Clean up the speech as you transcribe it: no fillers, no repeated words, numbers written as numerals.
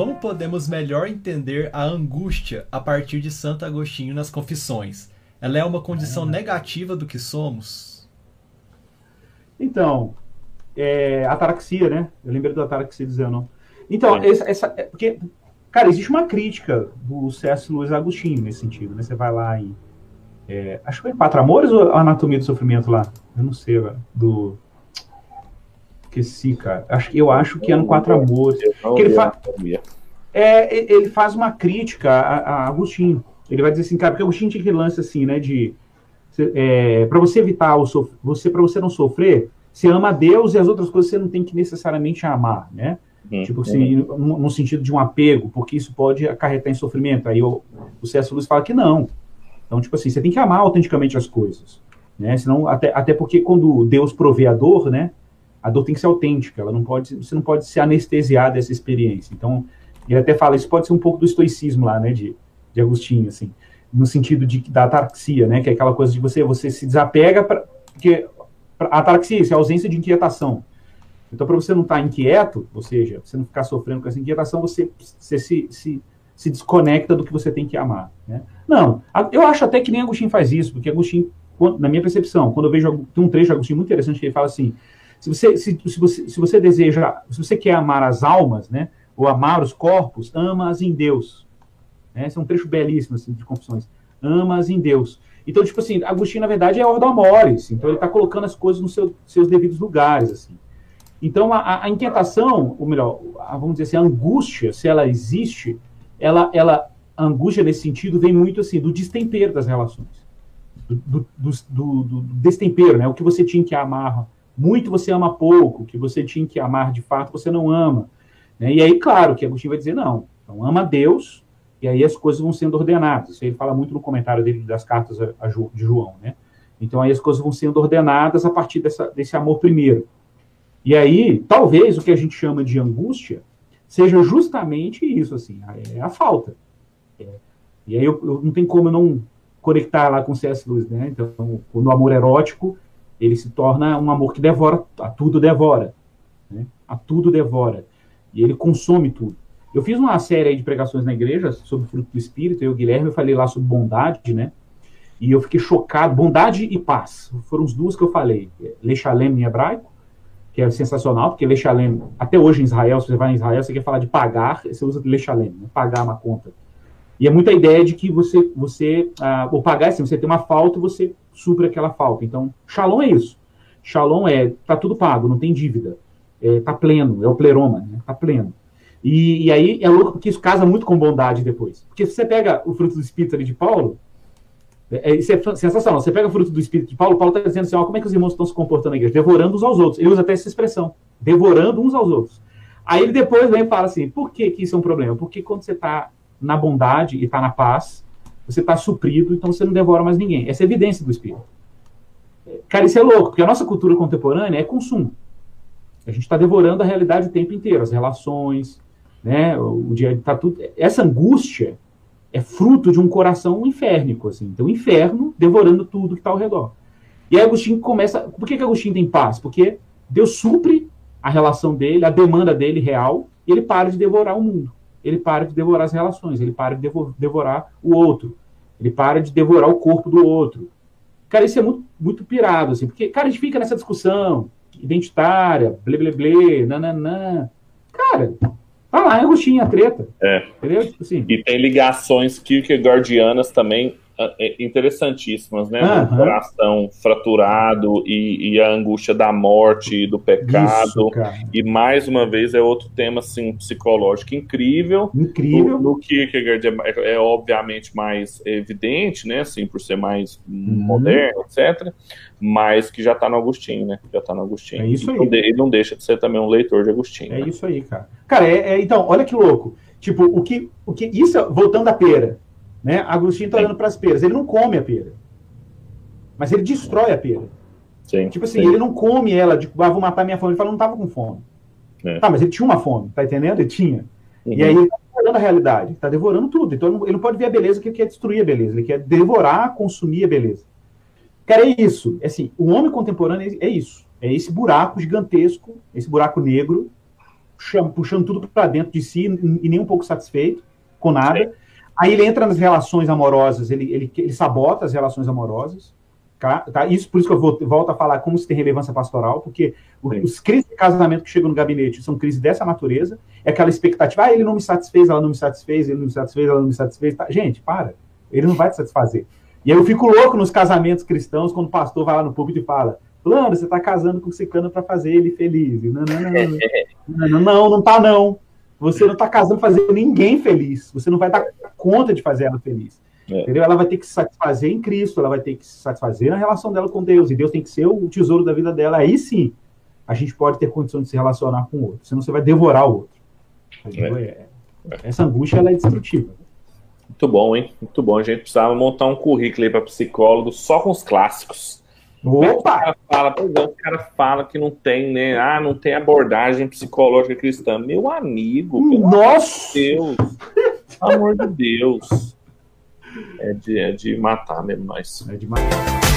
Como podemos melhor entender a angústia a partir de Santo Agostinho nas Confissões? Ela é uma condição negativa do que somos? Então, ataraxia, né? Eu lembrei da ataraxia dizendo. Então, porque, cara, existe uma crítica do C.S. Lewis Agostinho nesse sentido, né? Você vai lá em... acho que foi Quatro Amores ou Anatomia do Sofrimento lá? Eu não sei, velho. Esqueci, cara. Eu acho que é no Quatro Amores. Que ele faz uma crítica a Agostinho. Ele vai dizer assim, cara, porque Agostinho tinha que lance assim, né? Para você evitar para você não sofrer, você ama a Deus e as outras coisas você não tem que necessariamente amar, né? Tipo assim, no sentido de um apego, porque isso pode acarretar em sofrimento. Aí o C.S. Lewis fala que não. Então, tipo assim, você tem que amar autenticamente as coisas, né? Senão, até porque quando Deus provê a dor, né? A dor tem que ser autêntica, você não pode se anestesiar dessa experiência. Então, ele até fala, isso pode ser um pouco do estoicismo lá, né? De Agostinho, assim, no sentido da ataraxia, né? Que é aquela coisa de você se desapega, porque a ataraxia é isso, é a ausência de inquietação. Então, para você não estar inquieto, ou seja, você não ficar sofrendo com essa inquietação, você se desconecta do que você tem que amar, né? Não, eu acho até que nem Agostinho faz isso, porque Agostinho, na minha percepção, quando eu vejo, tem um trecho de Agostinho muito interessante que ele fala assim, se você quer amar as almas, né, ou amar os corpos, ama-as em Deus. Né? Esse é um trecho belíssimo assim, de Confissões. Ama-as em Deus. Então, tipo assim, Agostinho, na verdade, é ordo amoris. Então, ele está colocando as coisas nos seus devidos lugares, assim. Então, a inquietação, ou melhor, vamos dizer assim, a angústia, se ela existe, a angústia nesse sentido vem muito assim, do destempero das relações. Do destempero, né? O que você tinha que amar muito, você ama pouco. O que você tinha que amar de fato, você não ama. Né? E aí, claro, que Agostinho vai dizer, não, então ama Deus, e aí as coisas vão sendo ordenadas. Isso ele fala muito no comentário dele das cartas de João, né? Então aí as coisas vão sendo ordenadas a partir desse amor primeiro. E aí, talvez o que a gente chama de angústia seja justamente isso, assim, é a falta. E aí eu não tem como eu não conectar lá com C.S. Lewis, né? Então, no amor erótico, ele se torna um amor que devora, a tudo devora. Né? A tudo devora. E ele consome tudo. Eu fiz uma série aí de pregações na igreja sobre o fruto do Espírito, eu e o Guilherme, eu falei lá sobre bondade, né? E eu fiquei chocado. Bondade e paz. Foram os duas que eu falei. Lechalem em hebraico, que é sensacional, porque Lechalem, até hoje em Israel, se você vai em Israel, você quer falar de pagar, você usa Lechalem, né? Pagar uma conta. E é muita ideia de que o pagar é assim, você tem uma falta e você supre aquela falta. Então, Shalom é isso. Shalom tá tudo pago, não tem dívida. Tá pleno, é o pleroma, né? Tá pleno. E aí é louco porque isso casa muito com bondade depois. Porque se você pega o fruto do Espírito ali de Paulo, isso é sensacional. Você pega o fruto do Espírito de Paulo, Paulo está dizendo assim, ó, como é que os irmãos estão se comportando na igreja? Devorando uns aos outros. Ele usa até essa expressão, devorando uns aos outros. Aí ele depois vem e fala assim, por que isso é um problema? Porque quando você está na bondade e está na paz, você está suprido, então você não devora mais ninguém. Essa é a evidência do Espírito. Cara, isso é louco, porque a nossa cultura contemporânea é consumo. A gente está devorando a realidade o tempo inteiro, as relações, né? O dia tá tudo. Essa angústia é fruto de um coração inférnico, assim. Então, o inferno devorando tudo que está ao redor. E aí Agostinho começa. Por que Agostinho tem paz? Porque Deus supre a relação dele, a demanda dele real, e ele para de devorar o mundo. Ele para de devorar as relações, ele para de devorar o outro. Ele para de devorar o corpo do outro. Cara, isso é muito, muito pirado, assim, porque, cara, a gente fica nessa discussão identitária, blé, blé, blé, nananã. Cara, tá lá, é Agostinho, a treta. Entendeu? Tipo assim. E tem ligações kierkegaardianas também interessantíssimas, né? O coração fraturado e a angústia da morte e do pecado. Isso, e mais uma vez é outro tema assim, psicológico incrível. No Kierkegaard é obviamente mais evidente, né? Assim, por ser mais moderno, etc. Mas que já está no Agostinho, né? Já está no Agostinho. É isso aí. Ele não deixa de ser também um leitor de Agostinho. É isso aí, cara. Cara, então, olha que louco. Tipo, o que isso, voltando à pera. Né? Agostinho está olhando para as peras. Ele não come a pera. Mas ele destrói a pera. Sim, tipo assim, ele não come ela, tipo, vou matar minha fome. Ele fala, não estava com fome. Tá, mas ele tinha uma fome, tá entendendo? Ele tinha. E aí ele está devorando a realidade, está devorando tudo. Então ele não pode ver a beleza, que ele quer destruir a beleza. Ele quer devorar, consumir a beleza. Cara, é isso. É assim, o homem contemporâneo é isso. É esse buraco gigantesco, esse buraco negro, puxando tudo para dentro de si e nem um pouco satisfeito com nada. Sim. Aí ele entra nas relações amorosas, ele sabota as relações amorosas. Tá? Isso, por isso que eu volto a falar como isso tem relevância pastoral, porque os crises de casamento que chegam no gabinete são crises dessa natureza. É aquela expectativa, ele não me satisfez, ela não me satisfez, ele não me satisfez, ela não me satisfez. Tá? Gente, para. Ele não vai te satisfazer. E aí eu fico louco nos casamentos cristãos quando o pastor vai lá no púlpito e fala: Fulano, você está casando com o ciclano para fazer ele feliz. Não tá não. Você não está casando para fazer ninguém feliz. Você não vai dar conta de fazer ela feliz. Entendeu? Ela vai ter que se satisfazer em Cristo, ela vai ter que se satisfazer na relação dela com Deus. E Deus tem que ser o tesouro da vida dela. Aí sim, a gente pode ter condição de se relacionar com o outro. Senão você vai devorar o outro. Essa angústia, ela é destrutiva. Muito bom, hein? Muito bom. A gente precisava montar um currículo aí para psicólogo só com os clássicos. Opa! O cara fala que não tem, né? Não tem abordagem psicológica cristã. Meu amigo, nossa! Deus, pelo amor de Deus. É de matar mesmo nós. É de matar.